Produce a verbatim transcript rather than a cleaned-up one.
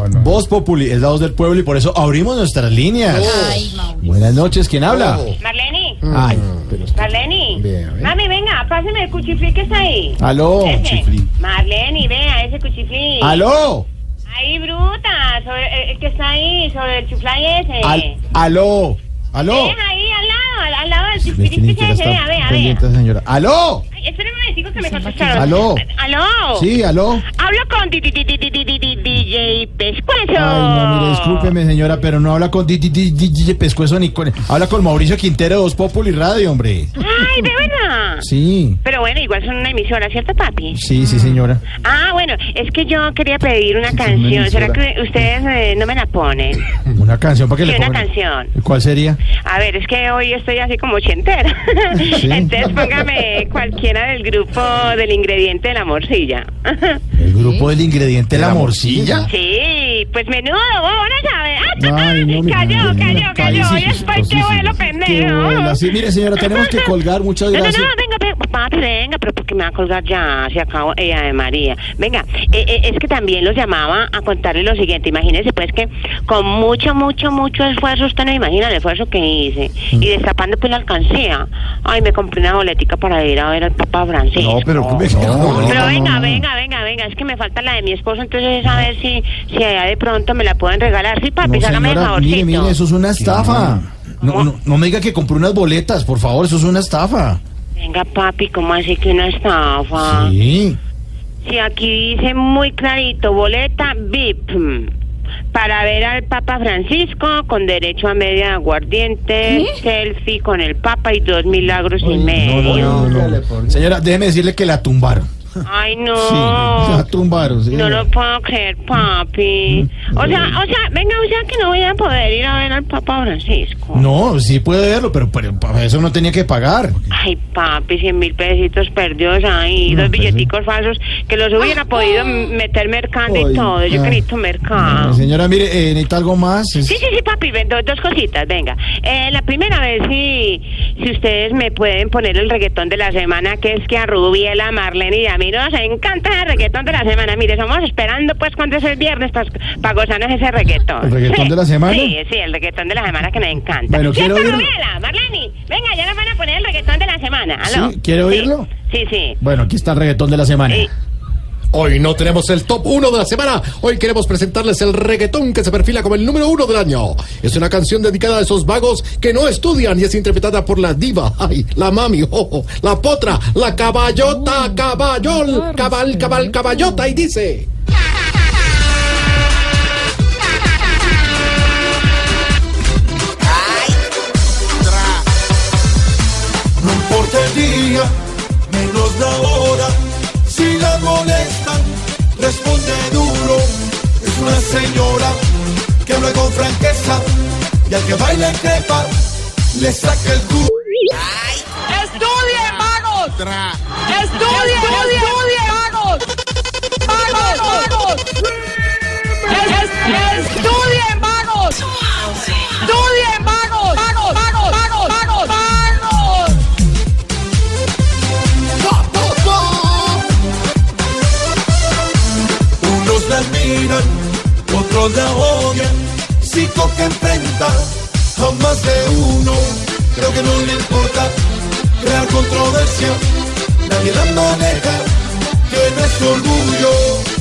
No, no. Voz Populi es la voz del pueblo y por eso abrimos nuestras líneas. Ay, Mauricio. Buenas noches, ¿quién habla? Oh. Marleni, Ay, pero... Marleni. Bien, a ver. Mami, venga, páseme el cuchiflí que está ahí. Aló, Ese. chiflí. Marleni, vea ese cuchiflí. Aló, Ahí, bruta, sobre el, el que está ahí, sobre el chuflay ese. Al, aló, aló. Deja ahí al lado, al, al lado del Ve chuflí que ni que siquiera ese, vea, está vea, pendiente vea. esa señora. Aló, Ay, espérame un momentico que me contestaron. aló. Aló. Sí, aló. Hablo con D J Pescuezo. Ay, no, mire, discúlpeme, señora, pero no habla con D J Pescuezo ni con... Habla con Mauricio Quintero de Voz Populi Radio, hombre. Ay, de verdad. Sí, Pero bueno, igual son una emisora, ¿cierto, papi? sí, sí, señora. Ah, bueno, es que yo quería pedir una Sí, una canción. ¿Será emisora. que ustedes eh, no me la ponen? Una canción para que Sí, le una pongan... canción. ¿Cuál sería? A ver, es que hoy estoy así como ochentera. Sí. Entonces póngame cualquiera del grupo del ingrediente de la morcilla. ¿El grupo del ingrediente La Morcilla? Sí, pues menudo, vos no sabes. Ay, no, mi- Cayó, mi- cayó, cayó. Ay, Hoy sí, estoy sí, que sí, vuelo, sí, pendejo. qué vuela. Sí, mire, señora, tenemos que colgar. Muchas No, no, gracias. no, venga, venga, papi, venga, pero porque me va a colgar ya, se acabó, ella de María. Venga, eh, eh, es que también los llamaba a contarles lo siguiente. Imagínense, pues, que con mucho, mucho, mucho esfuerzo, usted no imagina el esfuerzo que hice. Y destapando, pues, la alcancía. Ay, me compré una boletica para ir a ver al Papa Francisco. No, pero... ¿cómo es que- No, no, Pero no, venga, no, no. venga, venga, venga, es que me falta la de mi esposo, entonces es a ver si, si allá de pronto me la pueden regalar. Sí, papi, No, hágame el señora, favorcito. mire, mire, eso es una estafa. No, no, no me diga que compré unas boletas, por favor, eso es una estafa. Venga, papi, ¿cómo así que una estafa? Sí. Sí, aquí dice muy clarito, boleta V I P. Para ver al Papa Francisco con derecho a media de aguardiente, selfie con el Papa y dos milagros y No, medio. no, no, no. Señora, déjeme decirle que la tumbaron. Ay, no. Sí, la tumbaron. Sí. No lo puedo creer, papi. O sea, o sea, venga, o sea que no voy a poder ir a ver al Papa Francisco. No, sí puede verlo, pero, pero para eso no tenía que pagar. Ay, papi, cien mil pesitos perdidos ahí, No, dos pues, billeticos falsos que los hubiera podido m- meter mercando y Ay, todo. Yo ah. querido mercado. Eh, Señora, mire, eh, necesita algo más. Es- Sí, sí, sí, papi, ven, do- dos cositas, venga. Eh, la primera vez, si, si ustedes me pueden poner el reggaetón de la semana, que es que a Rubiela, a Marlene y a mí nos encanta el reggaetón de la semana. Mire, estamos esperando, pues, cuando es el viernes para gozarnos ese reggaetón. ¿El reggaetón Sí, de la semana? Sí, sí, el reggaetón de la semana que nos encanta. Bueno, ¿Cierto, quiero oírlo. Rubiela, Marlene? Venga, ya nos van a poner el reggaetón de la semana. ¿Aló? Sí, ¿quiere Sí, oírlo? Sí, sí. Bueno, aquí está el reggaetón de la semana. Sí. Hoy no tenemos el top uno de la semana. Hoy queremos presentarles el reggaetón que se perfila como el número uno del año. Es una canción dedicada a esos vagos que no estudian y es interpretada por la diva, ay, la mami, ojo, la potra, la caballota, caballol, cabal, cabal, caballota y dice... No importa el día, menos la hora. Si la molestan, responde duro. Es una señora que habla con franqueza y al que baila en crepa le saca el culo. ¡Estudien, vagos! ¡Estudien, estudien, vagos! ¡Vagos, vagos! Es- ¡Estudien, vagos! ¡Estudien, vagos! ¡Vagos, vagos, vagos, vagos, vagos! Unos la admiran, otros la odian. Psico que enfrenta a más de uno. Creo que no le importa crear controversia. Nadie la maneja, que no es su orgullo.